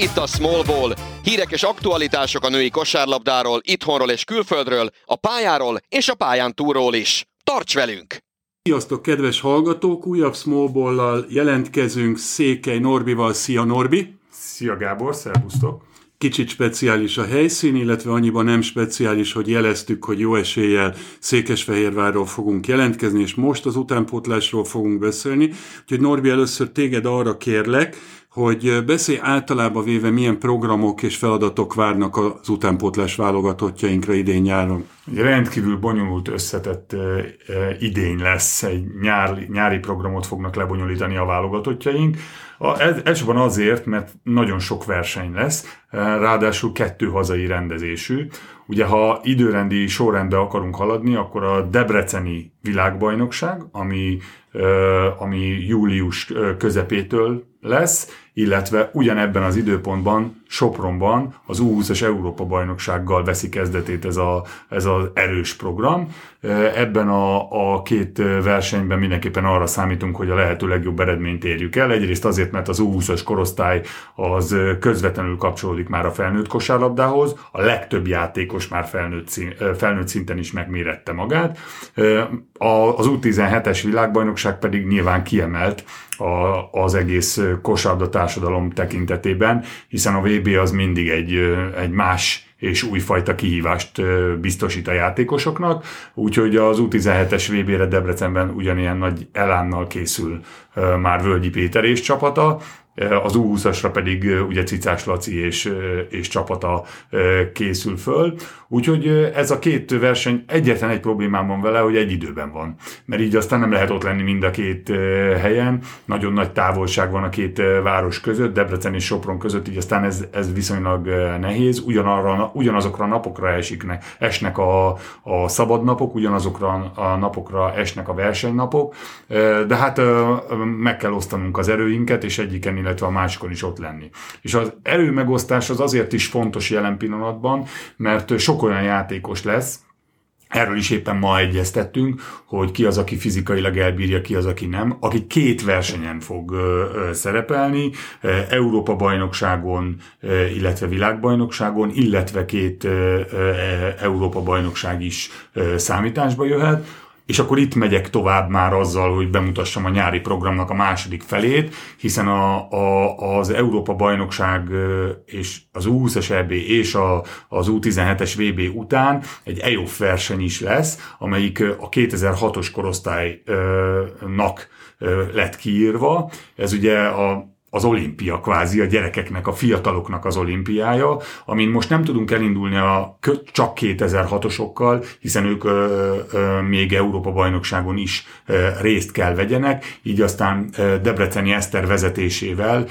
itt a Small Ball. Hírek és aktualitások a női kosárlabdáról, itthonról és külföldről, a pályáról és a pályán túlról is. Tarts velünk! Sziasztok, kedves hallgatók! Újabb Small Ball-lal jelentkezünk Székely Norbival. Szia, Norbi! Szia, Gábor! Szervusztok! Kicsit speciális a helyszín, illetve annyiban nem speciális, hogy jeleztük, hogy jó eséllyel Székesfehérvárról fogunk jelentkezni, és most az utánpótlásról fogunk beszélni. Úgyhogy Norbi, először téged arra kérlek, hogy beszélj általában véve, milyen programok és feladatok várnak az utánpótlás válogatottjainkra idén-nyáron. Rendkívül bonyolult, összetett idény lesz, egy nyári programot fognak lebonyolítani a válogatottjaink. Elsősorban azért, mert nagyon sok verseny lesz, ráadásul 2 hazai rendezésű. Ugye, ha időrendi sorrendbe akarunk haladni, akkor a debreceni világbajnokság, ami július közepétől lesz, illetve ugyanebben az időpontban Sopronban az U20-as Európa-bajnoksággal veszi kezdetét ez az erős program. Ebben a 2 versenyben mindenképpen arra számítunk, hogy a lehető legjobb eredményt érjük el. Egyrészt azért, mert az U20-as korosztály az közvetlenül kapcsolódik már a felnőtt kosárlabdához, a legtöbb játékos már felnőtt szinten is megmérette magát. Az U17-es világbajnokság pedig nyilván kiemelt az egész kosárlabda társadalom tekintetében, hiszen a VB az mindig egy más és újfajta kihívást biztosít a játékosoknak, úgyhogy az U17-es VB-re Debrecenben ugyanilyen nagy elánnal készül már Völgyi Péter és csapata, az U20-asra pedig ugye Cicás Laci és csapata készül föl. Úgyhogy ez a 2 verseny, egyetlen egy problémám van vele, hogy egy időben van. Mert így aztán nem lehet ott lenni mind a 2 helyen. Nagyon nagy távolság van a 2 város között, Debrecen és Sopron között, így aztán ez viszonylag nehéz. Ugyanazokra a napokra esnek a szabad napok, ugyanazokra a napokra esnek a versenynapok, de hát meg kell osztanunk az erőinket, és egyiken, illetve a másikon is ott lenni. És az erőmegosztás az azért is fontos jelen pillanatban, mert sok olyan játékos lesz, erről is éppen ma egyeztettünk, hogy ki az, aki fizikailag elbírja, ki az, aki nem, aki 2 versenyen fog szerepelni, Európa-bajnokságon, illetve világbajnokságon, illetve 2 Európa-bajnokság is számításba jöhet. És akkor itt megyek tovább már azzal, hogy bemutassam a nyári programnak a második felét, hiszen az Európa-bajnokság és az U20-as EB és az U17-es VB után egy EOF verseny is lesz, amelyik a 2006-os korosztálynak lett kiírva. Ez ugye az olimpia kvázi, a gyerekeknek, a fiataloknak az olimpiája, amin most nem tudunk elindulni csak 2006-osokkal, hiszen ők még Európa-bajnokságon is részt kell vegyenek, így aztán Debreceni Eszter vezetésével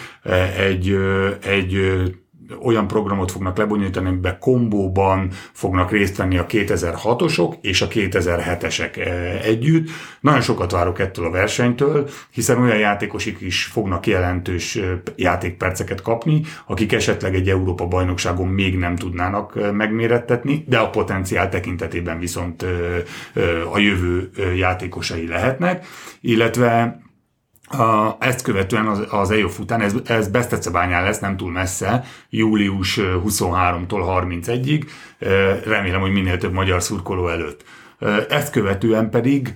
egy olyan programot fognak lebonyolítani, amiben kombóban fognak részt venni a 2006-osok és a 2007-esek együtt. Nagyon sokat várok ettől a versenytől, hiszen olyan játékosok is fognak jelentős játékperceket kapni, akik esetleg egy Európa-bajnokságon még nem tudnának megmérettetni, de a potenciál tekintetében viszont a jövő játékosai lehetnek, illetve ezt követően az EOF után, ez Besztercebányán lesz, nem túl messze, július 23-tól 31-ig, remélem, hogy minél több magyar szurkoló előtt. Ezt követően pedig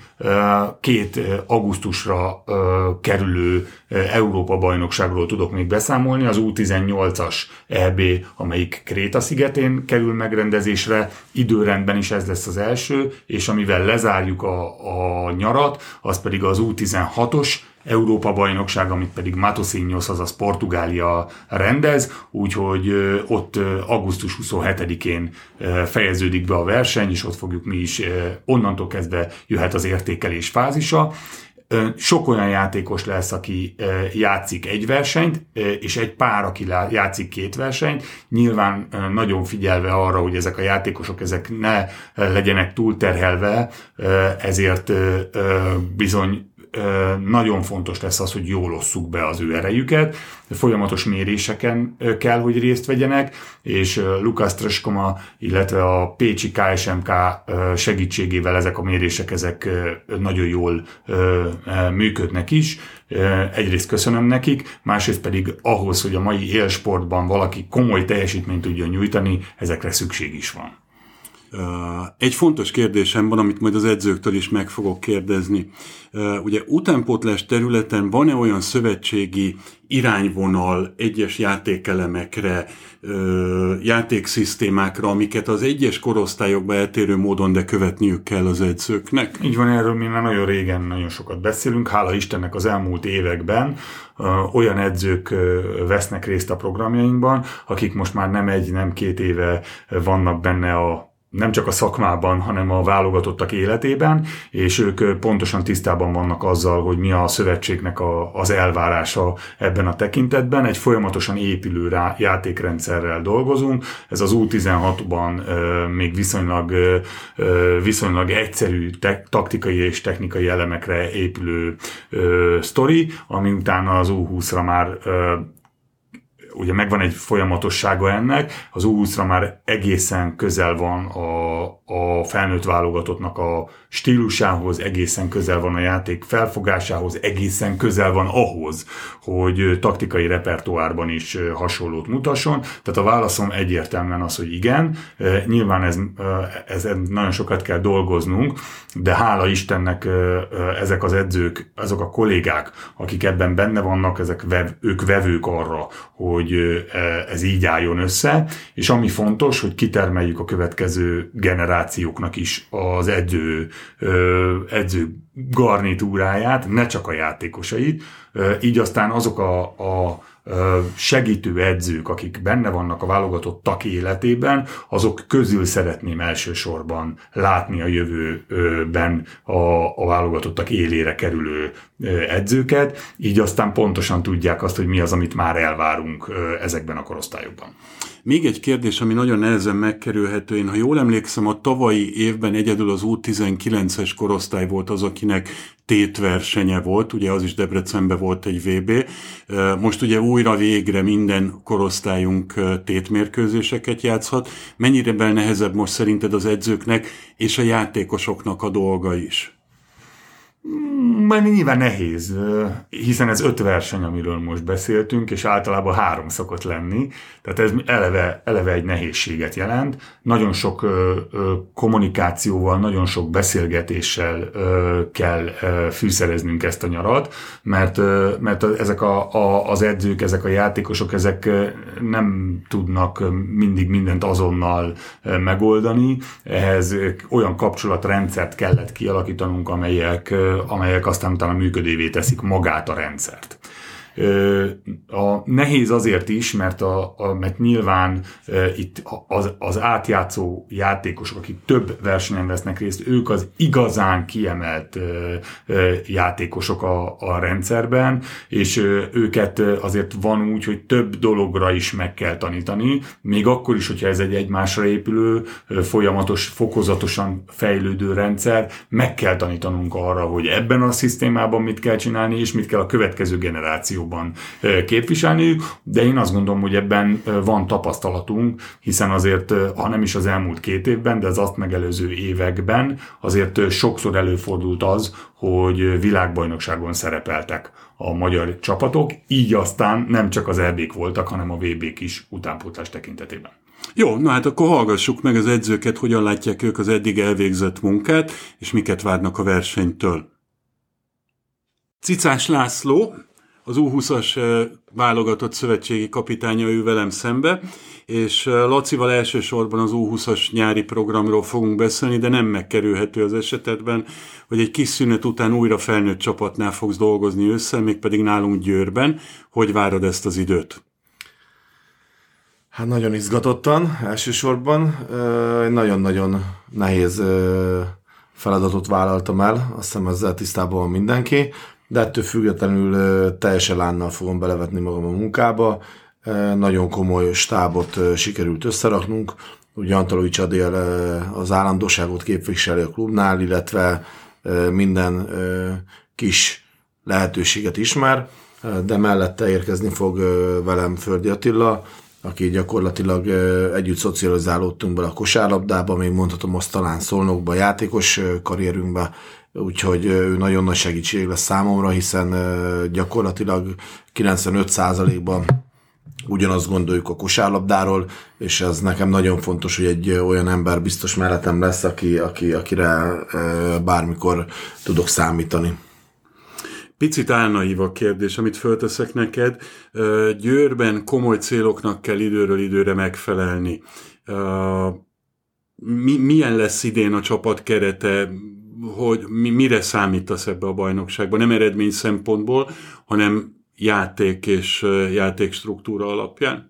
2 augusztusra kerülő Európa-bajnokságról tudok még beszámolni, az U18-as EB, amelyik Kréta-szigetén kerül megrendezésre, időrendben is ez lesz az első, és amivel lezárjuk a nyarat, az pedig az U16-os Európa-bajnokság, amit pedig Matosinhos, azaz Portugália rendez, úgyhogy ott augusztus 27-én fejeződik be a verseny, és ott fogjuk mi is, onnantól kezdve jöhet az értékelés fázisa. Sok olyan játékos lesz, aki játszik egy versenyt, és egy pár, aki játszik 2 versenyt. Nyilván nagyon figyelve arra, hogy ezek a játékosok ne legyenek túlterhelve, ezért bizony nagyon fontos lesz az, hogy jól osszuk be az ő erejüket, folyamatos méréseken kell, hogy részt vegyenek, és Lukács Treskoma, illetve a pécsi KSMK segítségével ezek a mérések ezek nagyon jól működnek is. Egyrészt köszönöm nekik, másrészt pedig ahhoz, hogy a mai élsportban valaki komoly teljesítményt tudjon nyújtani, ezekre szükség is van. Egy fontos kérdésem van, amit majd az edzőktől is meg fogok kérdezni. Ugye utánpótlás területen van-e olyan szövetségi irányvonal egyes játékelemekre, játékszisztémákra, amiket az egyes korosztályokban eltérő módon, de követniük kell az edzőknek? Így van, erről mi már nagyon régen nagyon sokat beszélünk. Hála Istennek az elmúlt években olyan edzők vesznek részt a programjainkban, akik most már nem 1, nem 2 éve vannak benne nem csak a szakmában, hanem a válogatottak életében, és ők pontosan tisztában vannak azzal, hogy mi a szövetségnek az elvárása ebben a tekintetben. Egy folyamatosan épülő játékrendszerrel dolgozunk. Ez az U16-ban még viszonylag egyszerű taktikai és technikai elemekre épülő sztori, ami utána az U20-ra már ugye megvan egy folyamatossága ennek, az U20-ra már egészen közel van a felnőtt válogatottnak a stílusához, egészen közel van a játék felfogásához, egészen közel van ahhoz, hogy taktikai repertoárban is hasonlót mutasson. Tehát a válaszom egyértelműen az, hogy igen. Nyilván ez nagyon sokat kell dolgoznunk, de hála Istennek ezek az edzők, azok a kollégák, akik ebben benne vannak, ők vevők arra, hogy ez így álljon össze, és ami fontos, hogy kitermeljük a következő generációknak is az edző garnitúráját, ne csak a játékosait, így aztán azok a segítő edzők, akik benne vannak a válogatottak életében, azok közül szeretném elsősorban látni a jövőben a válogatottak élére kerülő edzőket, így aztán pontosan tudják azt, hogy mi az, amit már elvárunk ezekben a korosztályokban. Még egy kérdés, ami nagyon nehezen megkerülhető. Én, ha jól emlékszem, a tavalyi évben egyedül az U19-es korosztály volt az, akinek tétversenye volt, ugye az is Debrecenben volt egy VB. Most ugye újra végre minden korosztályunk tétmérkőzéseket játszhat. Mennyire nehezebb most szerinted az edzőknek és a játékosoknak a dolga is? Majd nyilván nehéz, hiszen ez 5 verseny, amiről most beszéltünk, és általában 3 szokott lenni, tehát ez eleve egy nehézséget jelent. Nagyon sok kommunikációval, nagyon sok beszélgetéssel kell fűszereznünk ezt a nyarat, mert ezek az edzők, ezek a játékosok, ezek nem tudnak mindig mindent azonnal megoldani. Ehhez olyan kapcsolatrendszert kellett kialakítanunk, amelyek aztán utána működővé teszik magát a rendszert. Nehéz azért is, mert nyilván itt az átjátszó játékosok, akik több versenyen vesznek részt, ők az igazán kiemelt játékosok a rendszerben, és őket azért van úgy, hogy több dologra is meg kell tanítani, még akkor is, hogyha ez egy egymásra épülő, folyamatos, fokozatosan fejlődő rendszer, meg kell tanítanunk arra, hogy ebben a szisztémában mit kell csinálni, és mit kell a következő generációban képviselniük, de én azt gondolom, hogy ebben van tapasztalatunk, hiszen azért, ha nem is az elmúlt 2 évben, de az azt megelőző években azért sokszor előfordult az, hogy világbajnokságon szerepeltek a magyar csapatok, így aztán nem csak az EB-k voltak, hanem a VB-k is utánpótlás tekintetében. Jó, na hát akkor hallgassuk meg az edzőket, hogyan látják ők az eddig elvégzett munkát, és miket várnak a versenytől. Cicás László, az U20-as válogatott szövetségi kapitánya, ő velem szembe, és Lacival elsősorban az U20-as nyári programról fogunk beszélni, de nem megkerülhető az esetedben, hogy egy kis szünet után újra felnőtt csapatnál fogsz dolgozni ősszel, mégpedig nálunk Győrben. Hogy várod ezt az időt? Hát nagyon izgatottan elsősorban. Nagyon-nagyon nehéz feladatot vállaltam el, azt hiszem ezzel tisztában van mindenki, de ettől függetlenül teljes elánnal fogom belevetni magam a munkába. Nagyon komoly stábot sikerült összeraknunk. Ugye Antalovics Adél az állandóságot képviseli a klubnál, illetve minden kis lehetőséget ismer, de mellette érkezni fog velem Fördi Attila, aki gyakorlatilag együtt szocializálódtunk bele a kosárlabdába, még mondhatom azt talán Szolnokba, játékos karrierünkbe, úgyhogy ő nagyon nagy segítség lesz számomra, hiszen gyakorlatilag 95%-ban ugyanazt gondoljuk a kosárlabdáról, és ez nekem nagyon fontos, hogy egy olyan ember biztos mellettem lesz, akire bármikor tudok számítani. Picit álnaív a kérdés, amit fölteszek neked. Győrben komoly céloknak kell időről időre megfelelni. Milyen lesz idén a csapat kerete, hogy mire számítasz ebbe a bajnokságban? Nem eredmény szempontból, hanem játék és játékstruktúra alapján?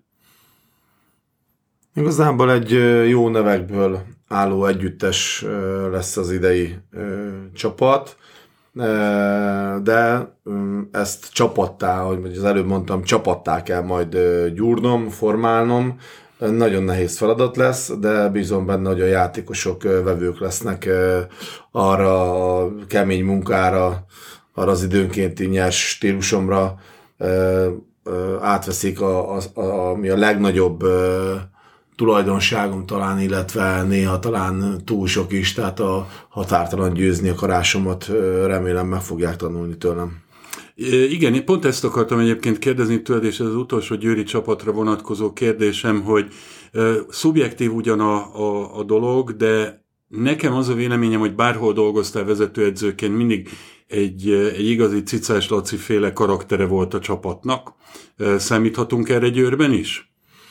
Igazából egy jó nevekből álló együttes lesz az idei csapat, de ezt csapattá, ahogy az előbb mondtam, csapattá kell majd gyúrnom, formálnom. Nagyon nehéz feladat lesz, de bízom benne, hogy a játékosok vevők lesznek arra a kemény munkára, arra az időnkénti nyers stílusomra, átveszik ami a legnagyobb tulajdonságom talán, illetve néha talán túl sok is, tehát a határtalan győzni akarásomat remélem meg fogják tanulni tőlem. Igen, én pont ezt akartam egyébként kérdezni tőled, és ez az utolsó győri csapatra vonatkozó kérdésem, hogy szubjektív ugyan a dolog, de nekem az a véleményem, hogy bárhol dolgoztál vezetőedzőként, mindig egy igazi Cicás Laci féle karaktere volt a csapatnak. Számíthatunk erre Győrben is?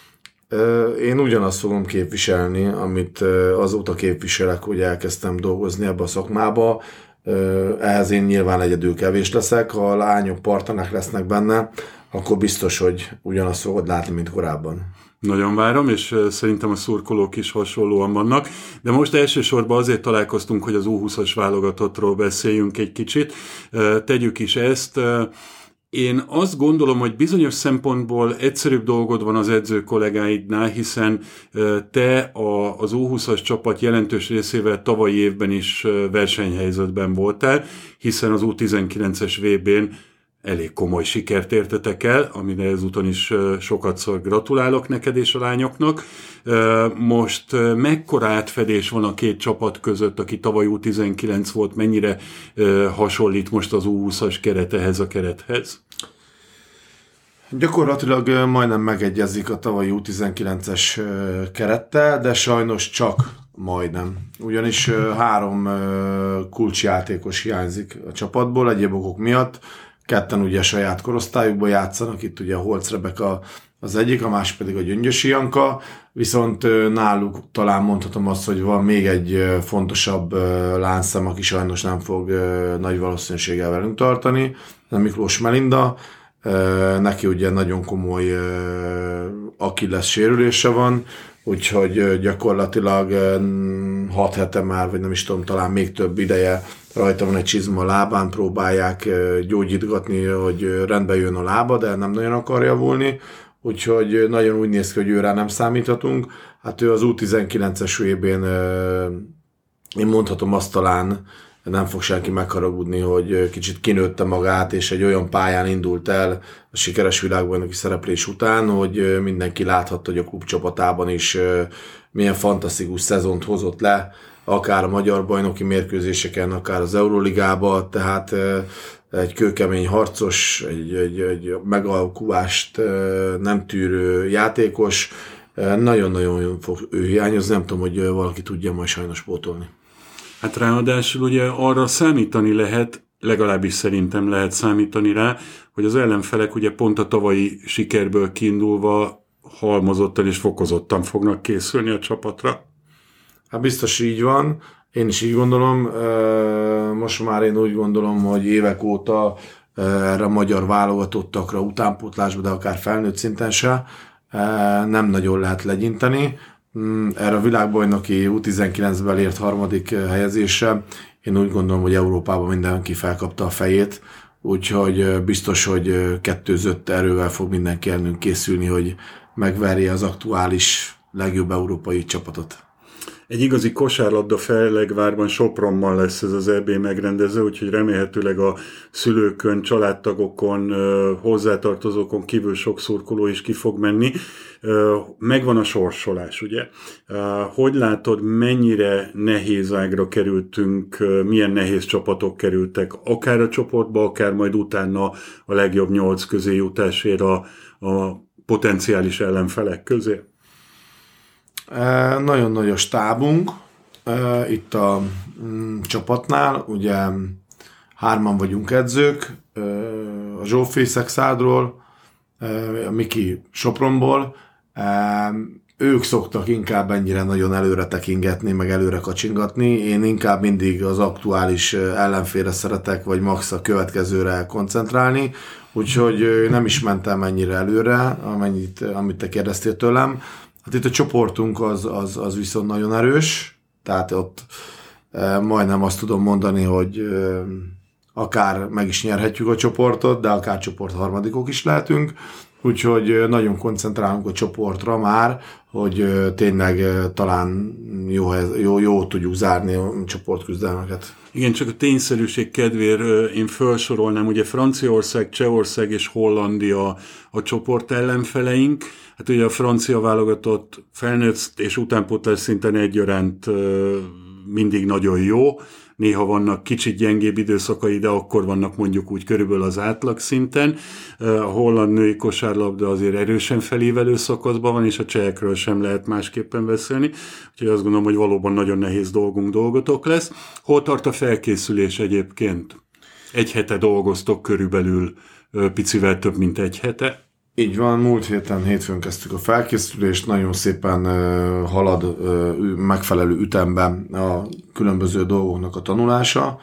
Én ugyanazt fogom képviselni, amit azóta képviselek, hogy elkezdtem dolgozni ebbe a szakmába. Ehhez én nyilván egyedül kevés leszek, ha a lányok partnerek lesznek benne, akkor biztos, hogy ugyanazt fogod látni, mint korábban. Nagyon várom, és szerintem a szurkolók is hasonlóan vannak, de most elsősorban azért találkoztunk, hogy az U20-as válogatottról beszéljünk egy kicsit. Tegyük is ezt. Én azt gondolom, hogy bizonyos szempontból egyszerűbb dolgod van az edző kollégáidnál, hiszen te az U20-as csapat jelentős részével tavalyi évben is versenyhelyzetben voltál, hiszen az U19-es VB-n elég komoly sikert értetek el, amire ezúton is sokatszor gratulálok neked és a lányoknak. Most mekkora átfedés van a két csapat között, aki tavaly U19 volt, mennyire hasonlít most az U20-as keret ehhez a kerethez? Gyakorlatilag majdnem megegyezik a tavalyi U19-es kerettel, de sajnos csak majdnem. Ugyanis 3 kulcsjátékos hiányzik a csapatból egyéb okok miatt. Ketten ugye saját korosztályukban játszanak, itt ugye a Holc Rebeka az egyik, a másik pedig a Gyöngyösi Janka, viszont náluk talán mondhatom azt, hogy van még egy fontosabb láncszem, aki sajnos nem fog nagy valószínűséggel velünk tartani, a Miklós Melinda. Neki ugye nagyon komoly Achilles sérülése van, úgyhogy gyakorlatilag 6 hete már, vagy nem is tudom, talán még több ideje rajta van egy csizma a lábán, próbálják gyógyítgatni, hogy rendbe jön a lába, de nem nagyon akar javulni, úgyhogy nagyon úgy néz ki, hogy őrá nem számíthatunk. Hát ő az U19-es VB-n, én mondhatom azt talán, nem fog senki megharagudni, hogy kicsit kinőtte magát, és egy olyan pályán indult el a sikeres világbajnoki szereplés után, hogy mindenki láthatta, hogy a klubcsapatában is milyen fantasztikus szezont hozott le, akár a magyar bajnoki mérkőzéseken, akár az Euróligában, tehát egy kőkemény harcos, egy megalkuvást nem tűrő játékos, nagyon-nagyon fog ő hiányozni, nem tudom, hogy valaki tudja majd sajnos pótolni. Hát ráadásul ugye arra számítani lehet, legalábbis szerintem lehet számítani rá, hogy az ellenfelek ugye pont a tavalyi sikerből kiindulva halmozottan és fokozottan fognak készülni a csapatra. Hát biztos így van, én is így gondolom. Most már én úgy gondolom, hogy évek óta erre a magyar válogatottakra, utánpótlásba, de akár felnőtt szinten se nem nagyon lehet legyinteni. Erre a világbajnoki U19-ben elért 3. helyezésre én úgy gondolom, hogy Európában mindenki felkapta a fejét, úgyhogy biztos, hogy kettőzött erővel fog mindenki elnünk készülni, hogy megverje az aktuális legjobb európai csapatot. Egy igazi kosárlabda Fellegvárban, Sopronban lesz ez az EB megrendező, úgyhogy remélhetőleg a szülőkön, családtagokon, hozzátartozókon kívül sok szurkoló is ki fog menni. Megvan a sorsolás, ugye? Hogy látod, mennyire nehéz ágra kerültünk, milyen nehéz csapatok kerültek, akár a csoportba, akár majd utána a legjobb 8 közé jutásért a potenciális ellenfelek közé? Nagyon nagy a stábunk itt a csapatnál, ugye 3 vagyunk edzők, a Zsófi Szexádról, a Miki Sopronból, ők szoktak inkább ennyire nagyon előre tekingetni, meg előre kacsingatni, én inkább mindig az aktuális ellenfélre szeretek, vagy max a következőre koncentrálni, úgyhogy nem is mentem ennyire előre, amit te kérdeztél tőlem. Hát itt a csoportunk az viszont nagyon erős, tehát ott majdnem azt tudom mondani, hogy akár meg is nyerhetjük a csoportot, de akár csoport harmadikok is lehetünk, úgyhogy nagyon koncentrálunk a csoportra már, hogy tényleg talán jó tudjuk zárni a csoportküzdelmeket. Igen, csak a tényszerűség kedvéért én felsorolnám, ugye Franciaország, Csehország és Hollandia a csoport ellenfeleink. Hát ugye a francia válogatott felnőtt és utánpótlás szinten egyaránt mindig nagyon jó. Néha vannak kicsit gyengébb időszakai, de akkor vannak mondjuk úgy körülbelül az átlag szinten. A holland női kosárlabda azért erősen felévelő szakaszban van, és a csehekről sem lehet másképpen beszélni. Úgyhogy azt gondolom, hogy valóban nagyon nehéz dolgotok lesz. Hol tart a felkészülés egyébként? 1 hete dolgoztok körülbelül, picivel több, mint 1 hete. Így van, múlt hétfőn kezdtük a felkészülést, nagyon szépen halad megfelelő ütemben a különböző dolgoknak a tanulása.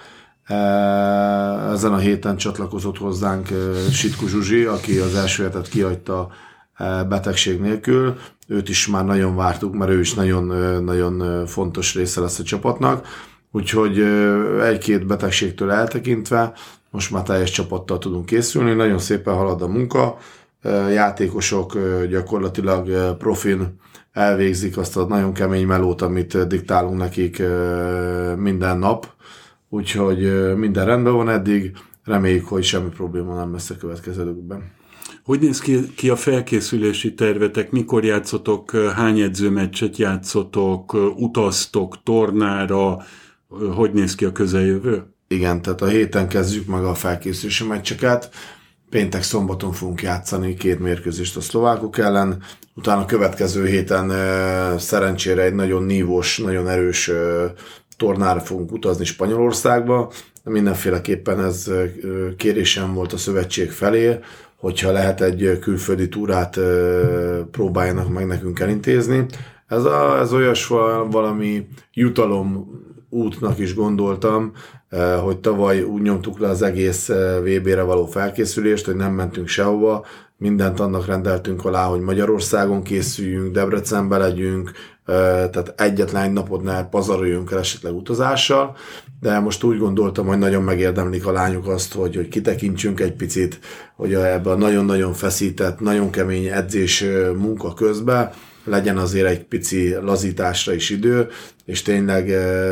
Ezen a héten csatlakozott hozzánk Sitku Zsuzsi, aki az első hetet kihagyta betegség nélkül. Őt is már nagyon vártuk, mert ő is nagyon, nagyon fontos része lesz a csapatnak. Úgyhogy 1-2 betegségtől eltekintve most már teljes csapattal tudunk készülni. Nagyon szépen halad a munka. Játékosok gyakorlatilag profin elvégzik azt a nagyon kemény melót, amit diktálunk nekik minden nap, úgyhogy minden rendben van eddig, reméljük, hogy semmi probléma nem lesz a következőkben. Hogy néz ki a felkészülési tervetek? Mikor játszotok, hány edzőmeccset játszotok, utaztok tornára, hogy néz ki a közeljövő? Igen, tehát a héten kezdjük meg a felkészülési meccseket. Péntek, szombaton fogunk játszani 2 mérkőzést a szlovákok ellen, utána a következő héten szerencsére egy nagyon nívós, nagyon erős tornára fogunk utazni Spanyolországba. Mindenféleképpen ez kérésem volt a szövetség felé, hogyha lehet egy külföldi túrát próbáljanak meg nekünk elintézni. Ez olyas valami jutalom útnak is gondoltam, hogy tavaly úgy nyomtuk le az egész VB-re való felkészülést, hogy nem mentünk sehova, mindent annak rendeltünk alá, hogy Magyarországon készüljünk, Debrecenbe legyünk, tehát egyetlen egy napot ne pazaroljunk el esetleg utazással, de most úgy gondoltam, hogy nagyon megérdemlik a lányok azt, hogy kitekintsünk egy picit, hogy ebben a nagyon-nagyon feszített, nagyon kemény edzés munka közben legyen azért egy pici lazításra is idő, és tényleg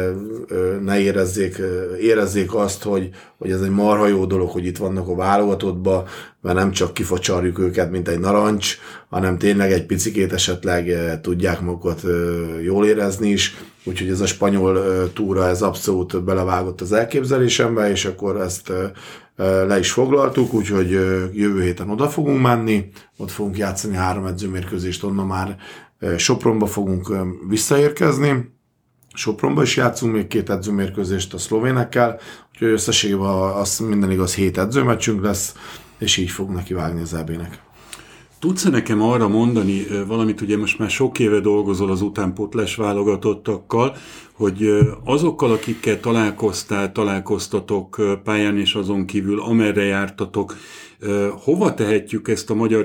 ne érezzék azt, hogy ez egy marha jó dolog, hogy itt vannak a válogatottban, mert nem csak kifacsarjuk őket, mint egy narancs, hanem tényleg egy picikét esetleg tudják magukat jól érezni is, úgyhogy ez a spanyol túra, ez abszolút belevágott az elképzelésembe, és akkor ezt le is foglaltuk, úgyhogy jövő héten oda fogunk menni, ott fogunk játszani 3 edzőmérkőzést, onnan már Sopronba fogunk visszaérkezni, Sopronba is játszunk még 2 edzőmérkőzést a szlovénekkel, úgyhogy összességében minden igaz 7 edzőmeccsünk lesz, és így fogunk nekivágni az EB-nek. Tudsz nekem arra mondani valamit, ugye most már sok éve dolgozol az utánpótlás válogatottakkal, hogy azokkal, akikkel találkoztatok pályán és azon kívül, amerre jártatok, hova tehetjük ezt a magyar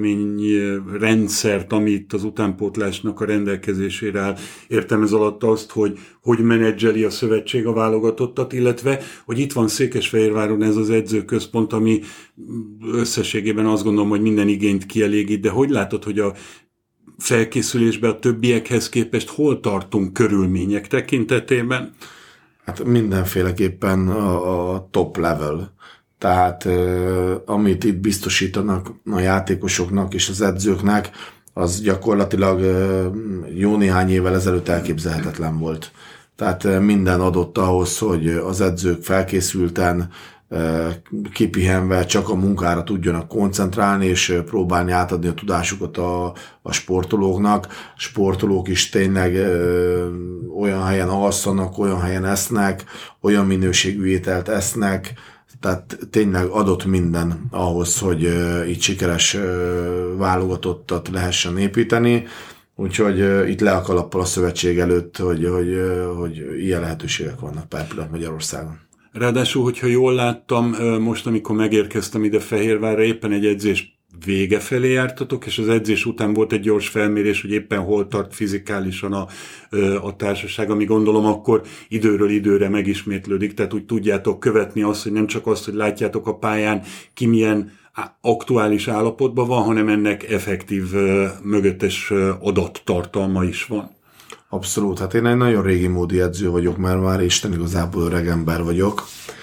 körülményrendszert, ami itt az utánpótlásnak a rendelkezésére áll? Értem ez alatt azt, hogy menedzseli a szövetség a válogatottat, illetve, hogy itt van Székesfehérváron ez az edzőközpont, ami összességében azt gondolom, hogy minden igényt kielégít, de hogy látod, hogy felkészülésben a többiekhez képest hol tartunk körülmények tekintetében? Hát mindenféleképpen a top level. Tehát amit itt biztosítanak a játékosoknak és az edzőknek, az gyakorlatilag jó néhány évvel ezelőtt elképzelhetetlen volt. Tehát minden adott ahhoz, hogy az edzők felkészülten, kipihenve csak a munkára tudjanak koncentrálni, és próbálni átadni a tudásukat a sportolóknak. A sportolók is tényleg olyan helyen alszanak, olyan helyen esznek, olyan minőségű ételt esznek, tehát tényleg adott minden ahhoz, hogy így sikeres válogatottat lehessen építeni. Úgyhogy itt le a kalappal a szövetség előtt, hogy ilyen lehetőségek vannak per pillanat Magyarországon. Ráadásul, hogyha jól láttam, most, amikor megérkeztem ide Fehérvárra, éppen egy edzés vége felé jártatok, és az edzés után volt egy gyors felmérés, hogy éppen hol tart fizikálisan a társaság, ami gondolom akkor időről időre megismétlődik, tehát úgy tudjátok követni azt, hogy nem csak azt, hogy látjátok a pályán ki milyen aktuális állapotban van, hanem ennek effektív mögöttes adattartalma is van. Abszolút, hát én egy nagyon régi módi edző vagyok, mert már Isten igazából öreg ember vagyok.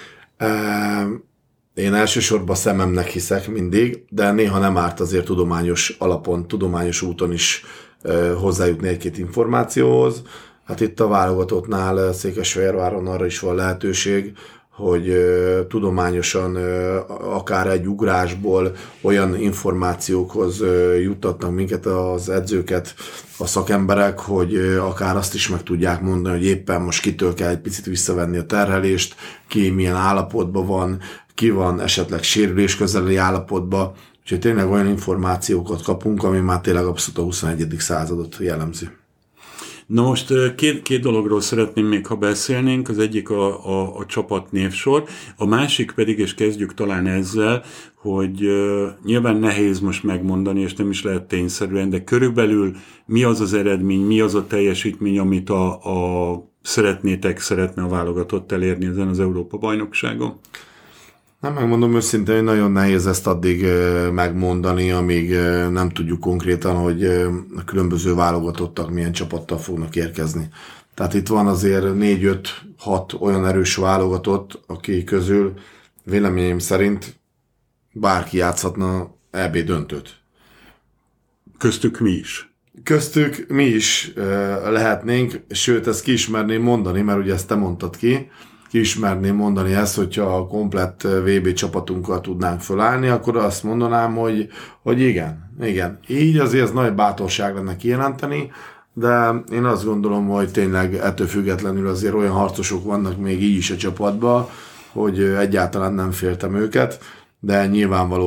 Én elsősorban szememnek hiszek mindig, de néha nem árt azért tudományos alapon, tudományos úton is hozzájutni egy-két információhoz. Hát itt a válogatottnál Székesfehérváron arra is van lehetőség, hogy tudományosan akár egy ugrásból olyan információkhoz juttatnak minket az edzőket, a szakemberek, hogy akár azt is meg tudják mondani, hogy éppen most kitől kell egy picit visszavenni a terhelést, ki milyen állapotban van, ki van esetleg sérülés közeli állapotban. Úgyhogy tényleg olyan információkat kapunk, ami már tényleg abszolút a 21. századot jellemzi. Na most két dologról szeretném még, ha beszélnénk, az egyik a csapat névsor, a másik pedig, és kezdjük talán ezzel, hogy nyilván nehéz most megmondani, és nem is lehet tényszerűen, de körülbelül mi az az eredmény, mi az a teljesítmény, amit szeretne a válogatott elérni ezen az Európa-bajnokságon? Nem, megmondom őszintén, hogy nagyon nehéz ezt addig megmondani, amíg nem tudjuk konkrétan, hogy a különböző válogatottak milyen csapattal fognak érkezni. Tehát itt van azért 4-5-6 olyan erős válogatott, aki közül véleményem szerint bárki játszhatna EB döntőt. Köztük mi is? Köztük mi is lehetnénk, sőt, ezt ki is merném mondani, mert ugye ezt te mondtad ki ismerném mondani ezt, hogyha a komplett VB csapatunkkal tudnánk fölállni, akkor azt mondanám, hogy igen. Így azért ez nagy bátorság lenne kijelenteni, de én azt gondolom, hogy tényleg ettől függetlenül azért olyan harcosok vannak még így is a csapatban, hogy egyáltalán nem féltem őket, de nyilvánvaló,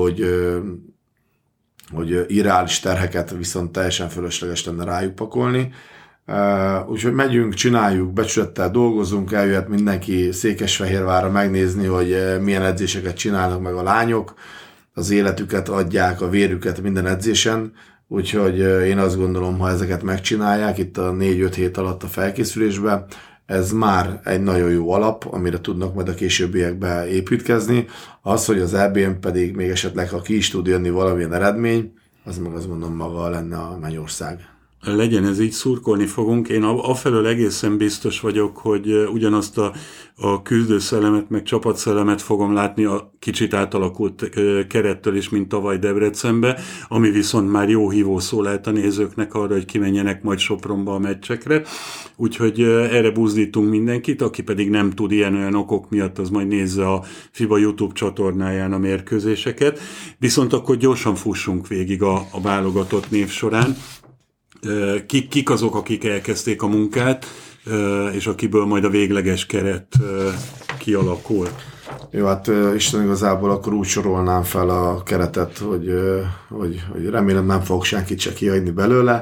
hogy irreális terheket viszont teljesen fölösleges lenne rájuk pakolni. Úgyhogy megyünk, csináljuk, becsülettel dolgozunk, eljöhet mindenki Székesfehérvárra megnézni, hogy milyen edzéseket csinálnak meg a lányok, az életüket adják, a vérüket minden edzésen, úgyhogy én azt gondolom, ha ezeket megcsinálják itt a 4-5 hét alatt a felkészülésben, ez már egy nagyon jó alap, amire tudnak majd a későbbiekben építkezni. Az, hogy az EB-n pedig még esetleg, ha ki is tud jönni valamilyen eredmény, az meg azt mondom maga lenne a mennyország. Legyen ez így, szurkolni fogunk. Én afelől egészen biztos vagyok, hogy ugyanazt a küzdőszellemet, meg csapatszellemet fogom látni a kicsit átalakult kerettől is, mint tavaly Debrecenbe, ami viszont már jó hívószó lehet a nézőknek arra, hogy kimenjenek majd Sopronba a meccsekre. Úgyhogy erre buzdítunk mindenkit, aki pedig nem tud ilyen-olyan okok miatt, az majd nézze a FIBA YouTube csatornáján a mérkőzéseket. Viszont akkor gyorsan fussunk végig a válogatott név során. Kik azok, akik elkezdték a munkát, és akiből majd a végleges keret kialakul? Jó, hát Isten igazából akkor úgy sorolnám fel a keretet, hogy remélem nem fogok senkit se kihagyni belőle.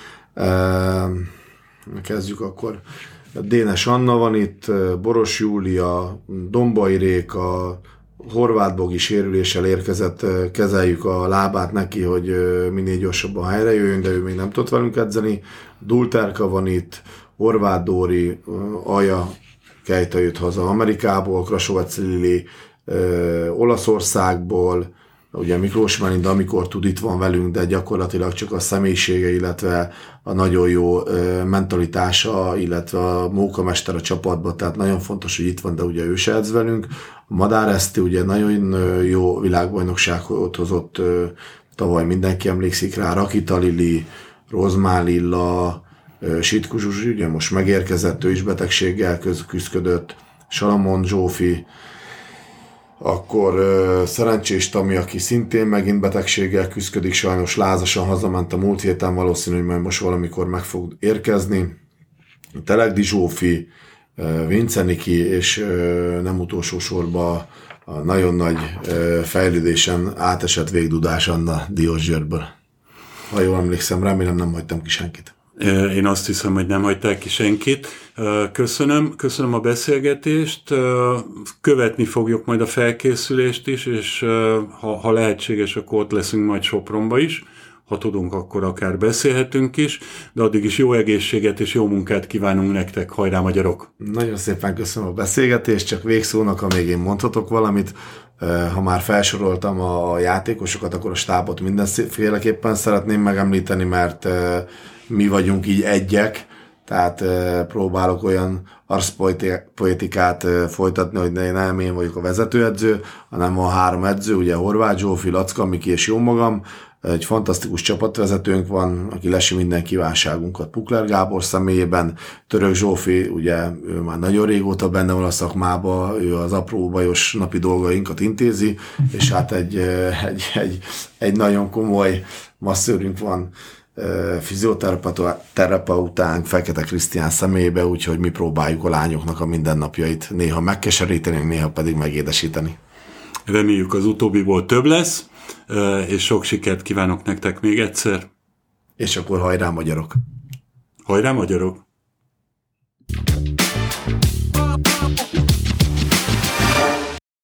Kezdjük akkor. Dénes Anna van itt, Boros Júlia, Dombai Réka, Horváth Bogi sérüléssel érkezett, kezeljük a lábát neki, hogy minél gyorsabban helyre jöjjön, de ő még nem tudott velünk edzeni. Dulterka van itt, Horváth Dóri, Aja Kejta jött haza Amerikából, Krasovec Lili Olaszországból, ugye Miklós Melinda, amikor tud, itt van velünk, de gyakorlatilag csak a személyisége, illetve a nagyon jó mentalitása, illetve a mókamester a csapatban, tehát nagyon fontos, hogy itt van, de ugye ő se edz velünk. A Madár Eszti ugye nagyon jó világbajnokságot hozott, tavaly mindenki emlékszik rá, Rakita Lili, Rozmán Lilla, Sitku Zsuzsi, ugye most megérkezett, ő is betegséggel küzdködött, Salamon Zsófi, akkor Szerencsés Tami, aki szintén megint betegséggel küzdködik, sajnos lázasan hazament a múlt héten, valószínű, hogy majd most valamikor meg fog érkezni. Telegdi Zsófi, Vince Niki, és nem utolsó sorban a nagyon nagy fejlődésen átesett Végdudás Anna Diósgyőrből. Ha jól emlékszem, remélem nem hagytam ki senkit. Én azt hiszem, hogy nem hagyták ki senkit. Köszönöm a beszélgetést, követni fogjuk majd a felkészülést is, és ha lehetséges, akkor ott leszünk majd Sopronba is. Ha tudunk, akkor akár beszélhetünk is, de addig is jó egészséget és jó munkát kívánunk nektek, hajrá magyarok! Nagyon szépen köszönöm a beszélgetést, csak végszónak, ha még én mondhatok valamit. Ha már felsoroltam a játékosokat, akkor a stábot mindenféleképpen szeretném megemlíteni, mert mi vagyunk így egyek, tehát próbálok olyan arszpoetikát folytatni, hogy nem én vagyok a vezetőedző, hanem van 3 edző, ugye Horváth Zsófi, Lacka Miki és jó magam. Egy fantasztikus csapatvezetőnk van, aki lesi minden kívánságunkat Pukler Gábor személyében. Török Zsófi, ugye ő már nagyon régóta benne van a szakmában, ő az apró bajos napi dolgainkat intézi, és hát egy nagyon komoly masszőrünk van, fizioterapeutánk Fekete Krisztián személyébe, úgyhogy mi próbáljuk a lányoknak a mindennapjait néha megkeseríteni, néha pedig megédesíteni. Reméljük az utóbbiból több lesz, és sok sikert kívánok nektek még egyszer. És akkor hajrá magyarok! Hajrá magyarok!